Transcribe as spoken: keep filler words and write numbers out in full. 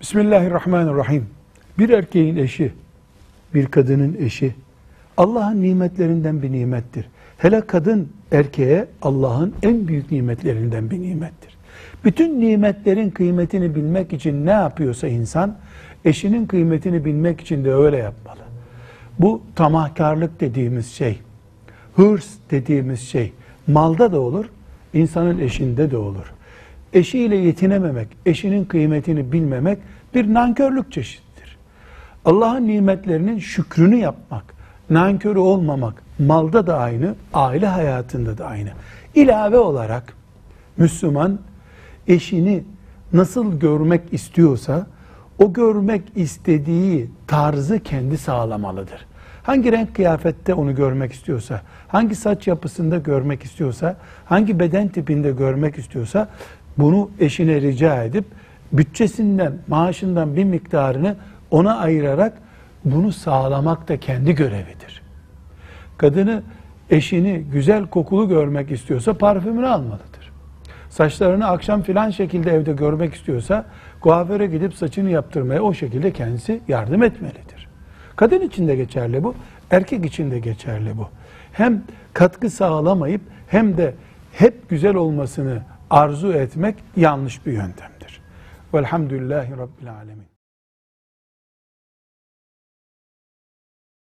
Bismillahirrahmanirrahim. Bir erkeğin eşi, bir kadının eşi Allah'ın nimetlerinden bir nimettir. Hele kadın erkeğe Allah'ın en büyük nimetlerinden bir nimettir. Bütün nimetlerin kıymetini bilmek için ne yapıyorsa insan, eşinin kıymetini bilmek için de öyle yapmalı. Bu tamahkarlık dediğimiz şey, hırs dediğimiz şey, malda da olur, insanın eşinde de olur. Eşiyle yetinememek, eşinin kıymetini bilmemek bir nankörlük çeşididir. Allah'ın nimetlerinin şükrünü yapmak, nankörü olmamak, malda da aynı, aile hayatında da aynı. İlave olarak Müslüman eşini nasıl görmek istiyorsa, o görmek istediği tarzı kendi sağlamalıdır. Hangi renk kıyafette onu görmek istiyorsa, hangi saç yapısında görmek istiyorsa, hangi beden tipinde görmek istiyorsa, bunu eşine rica edip, bütçesinden, maaşından bir miktarını ona ayırarak bunu sağlamak da kendi görevidir. Kadını, eşini güzel kokulu görmek istiyorsa parfümünü almalıdır. Saçlarını akşam filan şekilde evde görmek istiyorsa kuaföre gidip saçını yaptırmaya o şekilde kendisi yardım etmelidir. Kadın için de geçerli bu, erkek için de geçerli bu. Hem katkı sağlamayıp hem de hep güzel olmasını arzu etmek yanlış bir yöntemdir. Velhamdülillahi Rabbil Alemin.